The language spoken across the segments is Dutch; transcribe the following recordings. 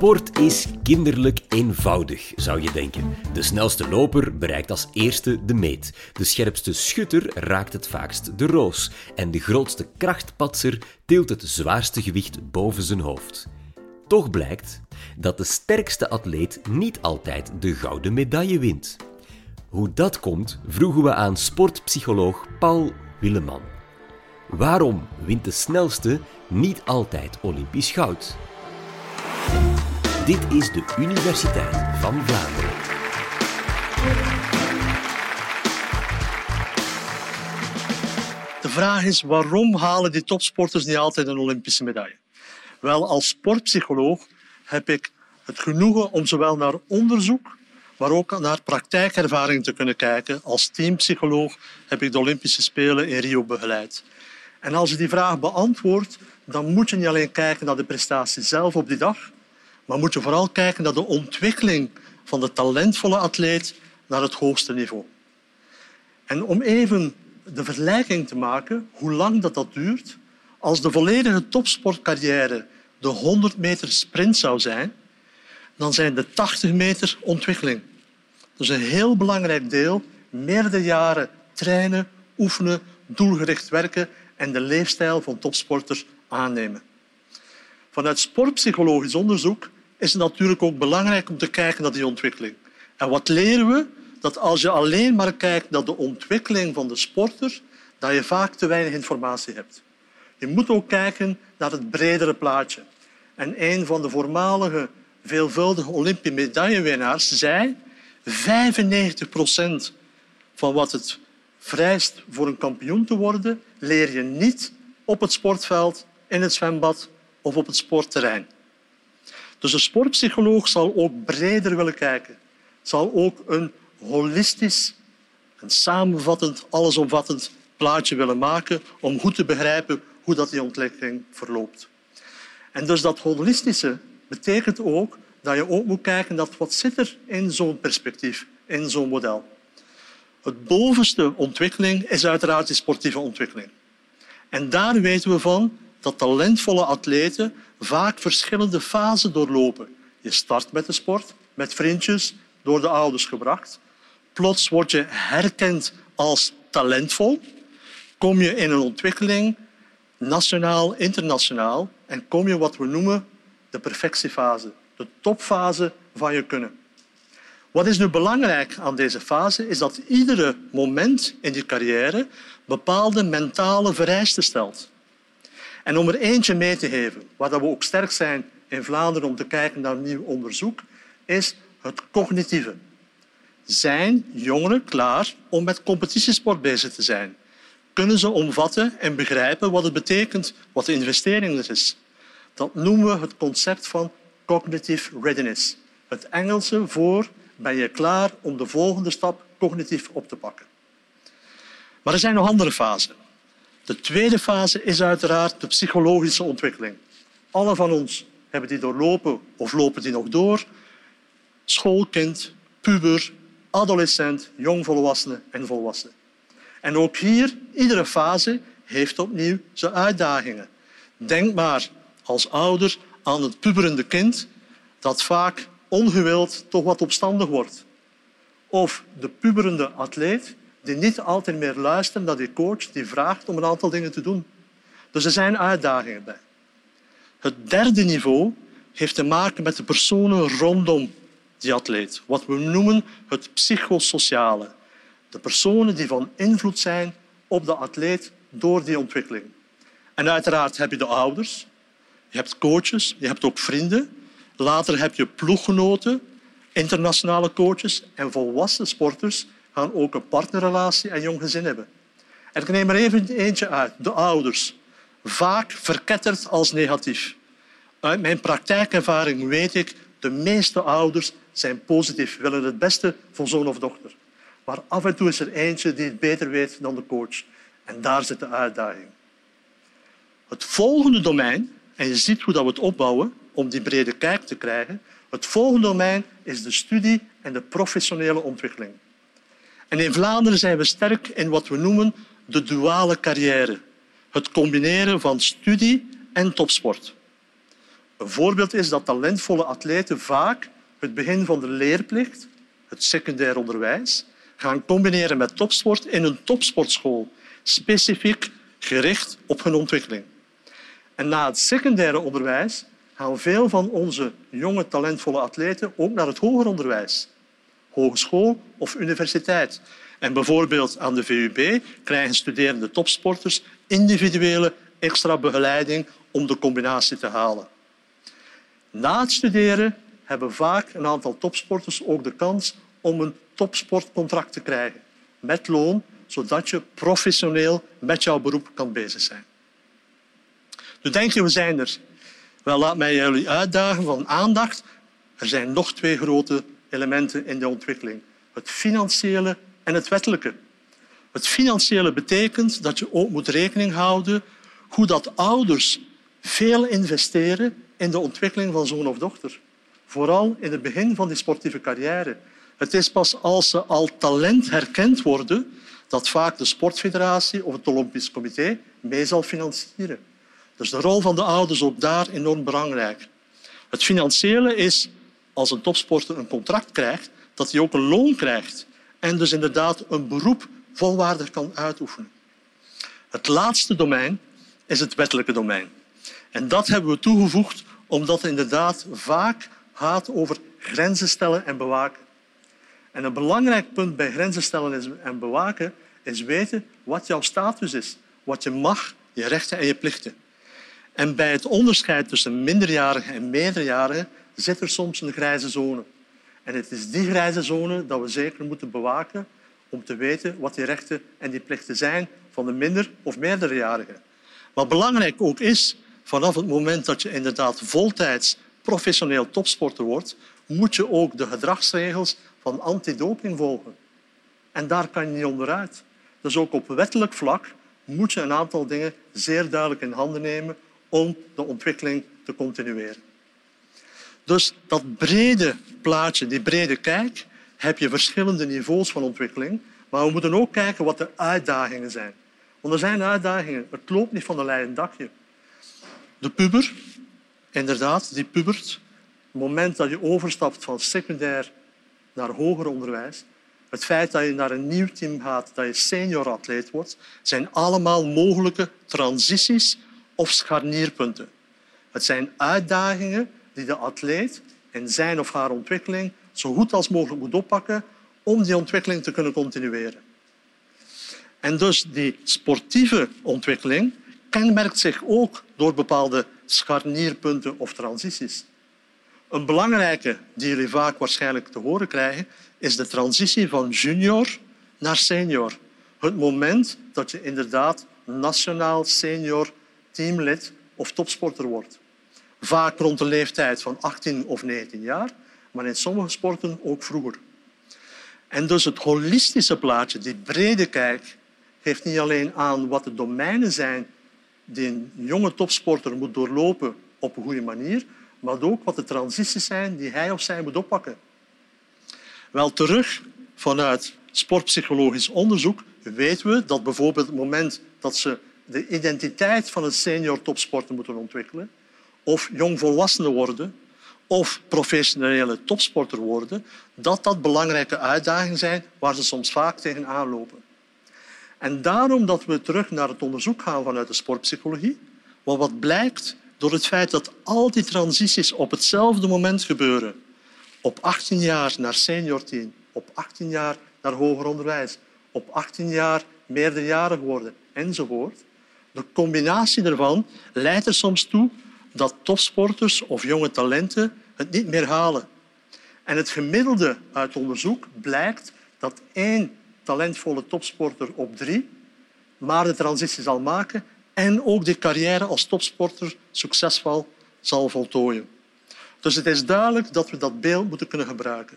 Sport is kinderlijk eenvoudig, zou je denken. De snelste loper bereikt als eerste de meet. De scherpste schutter raakt het vaakst de roos. En de grootste krachtpatser tilt het zwaarste gewicht boven zijn hoofd. Toch blijkt dat de sterkste atleet niet altijd de gouden medaille wint. Hoe dat komt, vroegen we aan sportpsycholoog Paul Willeman. Waarom wint de snelste niet altijd Olympisch goud? Dit is de Universiteit van Vlaanderen. De vraag is, waarom halen die topsporters niet altijd een Olympische medaille? Wel, als sportpsycholoog heb ik het genoegen om zowel naar onderzoek, maar ook naar praktijkervaring te kunnen kijken. Als teampsycholoog heb ik de Olympische Spelen in Rio begeleid. En als je die vraag beantwoordt, dan moet je niet alleen kijken naar de prestatie zelf op die dag, maar moet je vooral kijken naar de ontwikkeling van de talentvolle atleet naar het hoogste niveau. En om even de vergelijking te maken, hoe lang dat duurt, als de volledige topsportcarrière de 100 meter sprint zou zijn, dan zijn de 80 meter ontwikkeling. Dat is een heel belangrijk deel, meerdere jaren trainen, oefenen, doelgericht werken en de leefstijl van topsporters aannemen. Vanuit sportpsychologisch onderzoek is het natuurlijk ook belangrijk om te kijken naar die ontwikkeling. En wat leren we? Dat als je alleen maar kijkt naar de ontwikkeling van de sporter, dat je vaak te weinig informatie hebt. Je moet ook kijken naar het bredere plaatje. En een van de voormalige veelvuldige Olympische medaillewinnaars zei 95% van wat het vereist voor een kampioen te worden, leer je niet op het sportveld, in het zwembad of op het sportterrein. Dus een sportpsycholoog zal ook breder willen kijken. Zal ook een holistisch, een samenvattend, allesomvattend plaatje willen maken om goed te begrijpen hoe dat die ontwikkeling verloopt. En dus dat holistische betekent ook dat je ook moet kijken naar wat zit er in zo'n perspectief, in zo'n model. Het bovenste ontwikkeling is uiteraard die sportieve ontwikkeling. En daar weten we van dat talentvolle atleten vaak verschillende fasen doorlopen. Je start met de sport, met vriendjes, door de ouders gebracht. Plots word je herkend als talentvol. Kom je in een ontwikkeling, nationaal, internationaal, en kom je wat we noemen de perfectiefase, de topfase van je kunnen. Wat is nu belangrijk aan deze fase, is dat iedere moment in je carrière bepaalde mentale vereisten stelt. En om er eentje mee te geven, waar we ook sterk zijn in Vlaanderen om te kijken naar nieuw onderzoek, is het cognitieve. Zijn jongeren klaar om met competitiesport bezig te zijn? Kunnen ze omvatten en begrijpen wat het betekent, wat de investering is? Dat noemen we het concept van cognitive readiness. Het Engelse voor ben je klaar om de volgende stap cognitief op te pakken. Maar er zijn nog andere fasen. De tweede fase is uiteraard de psychologische ontwikkeling. Alle van ons hebben die doorlopen of lopen die nog door. Schoolkind, puber, adolescent, jongvolwassene en volwassene. En ook hier, iedere fase heeft opnieuw zijn uitdagingen. Denk maar als ouder aan het puberende kind dat vaak ongewild toch wat opstandig wordt. Of de puberende atleet die niet altijd meer luistert naar die coach die vraagt om een aantal dingen te doen. Dus er zijn uitdagingen bij. Het derde niveau heeft te maken met de personen rondom die atleet. Wat we noemen het psychosociale. De personen die van invloed zijn op de atleet door die ontwikkeling. En uiteraard heb je de ouders, je hebt coaches, je hebt ook vrienden. Later heb je ploeggenoten, internationale coaches en volwassen sporters gaan ook een partnerrelatie en jong gezin hebben. En ik neem er even eentje uit, de ouders. Vaak verketterd als negatief. Uit mijn praktijkervaring weet ik, de meeste ouders zijn positief, willen het beste voor zoon of dochter. Maar af en toe is er eentje die het beter weet dan de coach. En daar zit de uitdaging. Het volgende domein, en je ziet hoe we het opbouwen om die brede kijk te krijgen, het volgende domein is de studie en de professionele ontwikkeling. En in Vlaanderen zijn we sterk in wat we noemen de duale carrière. Het combineren van studie en topsport. Een voorbeeld is dat talentvolle atleten vaak het begin van de leerplicht, het secundair onderwijs, gaan combineren met topsport in een topsportschool, specifiek gericht op hun ontwikkeling. En na het secundaire onderwijs gaan veel van onze jonge talentvolle atleten ook naar het hoger onderwijs, hogeschool of universiteit. En bijvoorbeeld aan de VUB krijgen studerende topsporters individuele extra begeleiding om de combinatie te halen. Na het studeren hebben vaak een aantal topsporters ook de kans om een topsportcontract te krijgen met loon, zodat je professioneel met jouw beroep kan bezig zijn. Nu denk je, we zijn er. Wel, laat mij jullie uitdagen van aandacht. Er zijn nog 2 grote elementen in de ontwikkeling. Het financiële en het wettelijke. Het financiële betekent dat je ook moet rekening houden hoe dat ouders veel investeren in de ontwikkeling van zoon of dochter. Vooral in het begin van die sportieve carrière. Het is pas als ze al talent herkend worden dat vaak de sportfederatie of het Olympisch Comité mee zal financieren. Dus de rol van de ouders is ook daar enorm belangrijk. Het financiële is, als een topsporter een contract krijgt, dat hij ook een loon krijgt en dus inderdaad een beroep volwaardig kan uitoefenen. Het laatste domein is het wettelijke domein. En dat hebben we toegevoegd omdat het inderdaad vaak gaat over grenzen stellen en bewaken. En een belangrijk punt bij grenzen stellen en bewaken is weten wat jouw status is, wat je mag, je rechten en je plichten. En bij het onderscheid tussen minderjarigen en meerderjarigen zit er soms een grijze zone. En het is die grijze zone dat we zeker moeten bewaken om te weten wat die rechten en die plichten zijn van de minder- of meerderjarigen. Wat belangrijk ook is, vanaf het moment dat je inderdaad voltijds professioneel topsporter wordt, moet je ook de gedragsregels van antidoping volgen. En daar kan je niet onderuit. Dus ook op wettelijk vlak moet je een aantal dingen zeer duidelijk in handen nemen om de ontwikkeling te continueren. Dus dat brede plaatje, die brede kijk, heb je verschillende niveaus van ontwikkeling. Maar we moeten ook kijken wat de uitdagingen zijn. Want er zijn uitdagingen. Het loopt niet van een leien dakje. De puber, inderdaad, die pubert. Het moment dat je overstapt van secundair naar hoger onderwijs, het feit dat je naar een nieuw team gaat, dat je senioratleet wordt, zijn allemaal mogelijke transities of scharnierpunten. Het zijn uitdagingen die de atleet in zijn of haar ontwikkeling zo goed als mogelijk moet oppakken om die ontwikkeling te kunnen continueren. En dus die sportieve ontwikkeling kenmerkt zich ook door bepaalde scharnierpunten of transities. Een belangrijke die jullie vaak waarschijnlijk te horen krijgen is de transitie van junior naar senior. Het moment dat je inderdaad nationaal senior teamlid of topsporter wordt. Vaak rond de leeftijd van 18 of 19 jaar, maar in sommige sporten ook vroeger. En dus het holistische plaatje, die brede kijk, geeft niet alleen aan wat de domeinen zijn die een jonge topsporter moet doorlopen op een goede manier, maar ook wat de transities zijn die hij of zij moet oppakken. Wel, terug vanuit sportpsychologisch onderzoek weten we dat bijvoorbeeld het moment dat ze de identiteit van een senior topsporter moeten ontwikkelen, of jongvolwassenen worden, of professionele topsporter worden, dat belangrijke uitdagingen zijn waar ze soms vaak tegenaan lopen. En daarom dat we terug naar het onderzoek gaan vanuit de sportpsychologie, want wat blijkt door het feit dat al die transities op hetzelfde moment gebeuren, op 18 jaar naar seniorteam, op 18 jaar naar hoger onderwijs, op 18 jaar meerderjarig worden enzovoort. De combinatie daarvan leidt er soms toe dat topsporters of jonge talenten het niet meer halen. En het gemiddelde uit onderzoek blijkt dat 1 talentvolle topsporter op 3 maar de transitie zal maken en ook de carrière als topsporter succesvol zal voltooien. Dus het is duidelijk dat we dat beeld moeten kunnen gebruiken.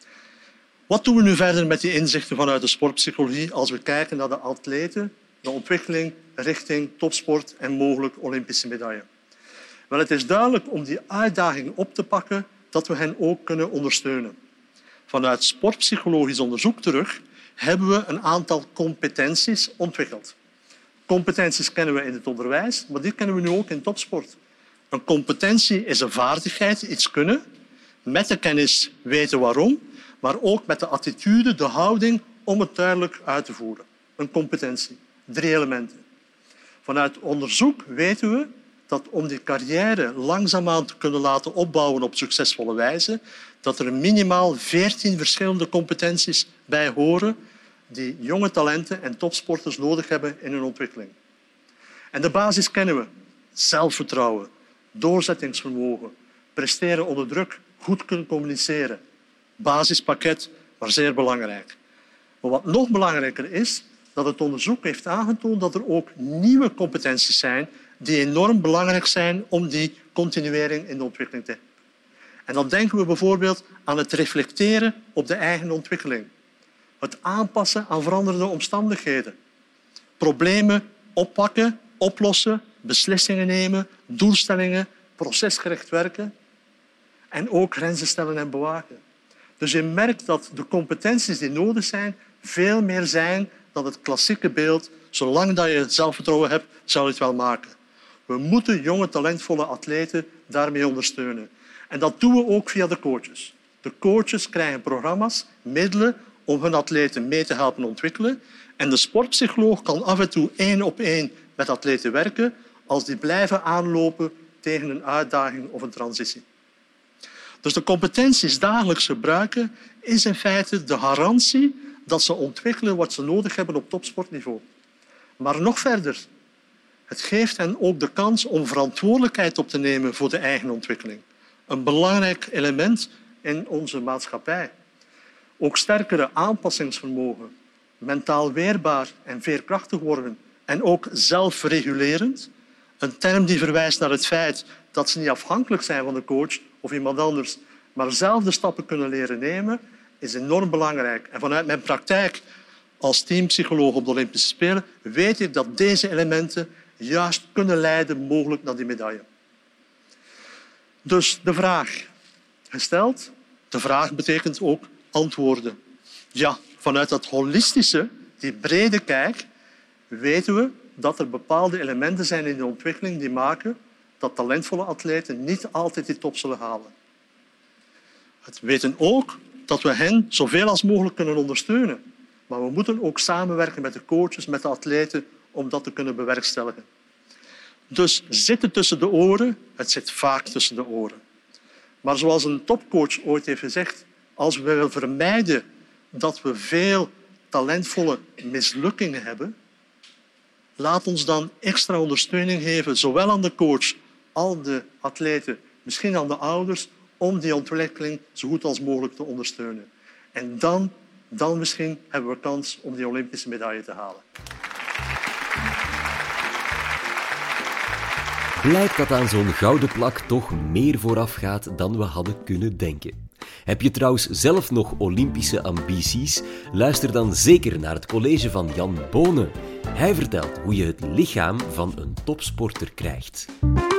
Wat doen we nu verder met die inzichten vanuit de sportpsychologie als we kijken naar de atleten, de ontwikkeling richting topsport en mogelijk Olympische medaille? Wel, het is duidelijk om die uitdaging op te pakken dat we hen ook kunnen ondersteunen. Vanuit sportpsychologisch onderzoek terug hebben we een aantal competenties ontwikkeld. Competenties kennen we in het onderwijs, maar die kennen we nu ook in topsport. Een competentie is een vaardigheid, iets kunnen, met de kennis weten waarom, maar ook met de attitude, de houding om het duidelijk uit te voeren. Een competentie. 3 elementen. Vanuit onderzoek weten we dat om die carrière langzaamaan te kunnen laten opbouwen op succesvolle wijze, dat er minimaal 14 verschillende competenties bij horen die jonge talenten en topsporters nodig hebben in hun ontwikkeling. En de basis kennen we. Zelfvertrouwen, doorzettingsvermogen, presteren onder druk, goed kunnen communiceren. Basispakket, maar zeer belangrijk. Maar wat nog belangrijker is, dat het onderzoek heeft aangetoond dat er ook nieuwe competenties zijn die enorm belangrijk zijn om die continuering in de ontwikkeling te hebben. En dan denken we bijvoorbeeld aan het reflecteren op de eigen ontwikkeling. Het aanpassen aan veranderende omstandigheden. Problemen oppakken, oplossen, beslissingen nemen, doelstellingen, procesgericht werken en ook grenzen stellen en bewaken. Dus je merkt dat de competenties die nodig zijn veel meer zijn dan het klassieke beeld. Zolang dat je zelfvertrouwen hebt, zal je het wel maken. We moeten jonge, talentvolle atleten daarmee ondersteunen. En dat doen we ook via de coaches. De coaches krijgen programma's, middelen om hun atleten mee te helpen ontwikkelen. En de sportpsycholoog kan af en toe 1-op-1 met atleten werken als die blijven aanlopen tegen een uitdaging of een transitie. Dus de competenties dagelijks gebruiken is in feite de garantie dat ze ontwikkelen wat ze nodig hebben op topsportniveau. Maar nog verder, het geeft hen ook de kans om verantwoordelijkheid op te nemen voor de eigen ontwikkeling. Een belangrijk element in onze maatschappij. Ook sterkere aanpassingsvermogen, mentaal weerbaar en veerkrachtig worden en ook zelfregulerend. Een term die verwijst naar het feit dat ze niet afhankelijk zijn van de coach of iemand anders, maar zelf de stappen kunnen leren nemen, is enorm belangrijk. En vanuit mijn praktijk als teampsycholoog op de Olympische Spelen weet ik dat deze elementen juist kunnen leiden mogelijk naar die medaille. Dus de vraag gesteld. De vraag betekent ook antwoorden. Ja, vanuit dat holistische, die brede kijk, weten we dat er bepaalde elementen zijn in de ontwikkeling die maken dat talentvolle atleten niet altijd die top zullen halen. We weten ook dat we hen zoveel als mogelijk kunnen ondersteunen. Maar we moeten ook samenwerken met de coaches, met de atleten, om dat te kunnen bewerkstelligen. Dus zitten tussen de oren, het zit vaak tussen de oren. Maar zoals een topcoach ooit heeft gezegd, als we willen vermijden dat we veel talentvolle mislukkingen hebben, laat ons dan extra ondersteuning geven, zowel aan de coach, aan de atleten, misschien aan de ouders, om die ontwikkeling zo goed als mogelijk te ondersteunen. En dan misschien hebben we kans om die Olympische medaille te halen. Blijkt dat aan zo'n gouden plak toch meer vooraf gaat dan we hadden kunnen denken. Heb je trouwens zelf nog Olympische ambities? Luister dan zeker naar het college van Jan Bonen. Hij vertelt hoe je het lichaam van een topsporter krijgt.